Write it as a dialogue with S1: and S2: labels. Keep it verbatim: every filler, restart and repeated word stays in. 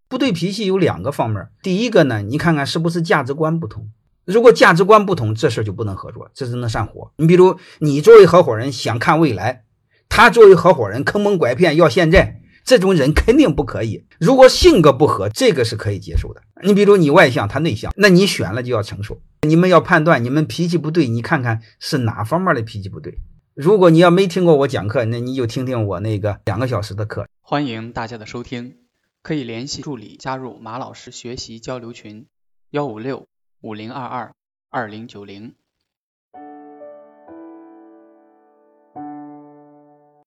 S1: 不对脾气有两个方面，第一个呢，你看看是不是价值观不同。如果价值观不同，这事就不能合作，这是能上火。你比如你作为合伙人想看未来，他作为合伙人坑蒙拐骗要现在，这种人肯定不可以。如果性格不合，这个是可以接受的。你比如你外向，他内向，那你选了就要承受。你们要判断你们脾气不对，你看看是哪方面的脾气不对。如果你要没听过我讲课，那你就听听我那个两个小时的课。
S2: 欢迎大家的收听，可以联系助理加入马老师学习交流群幺五六五零二二二零九零。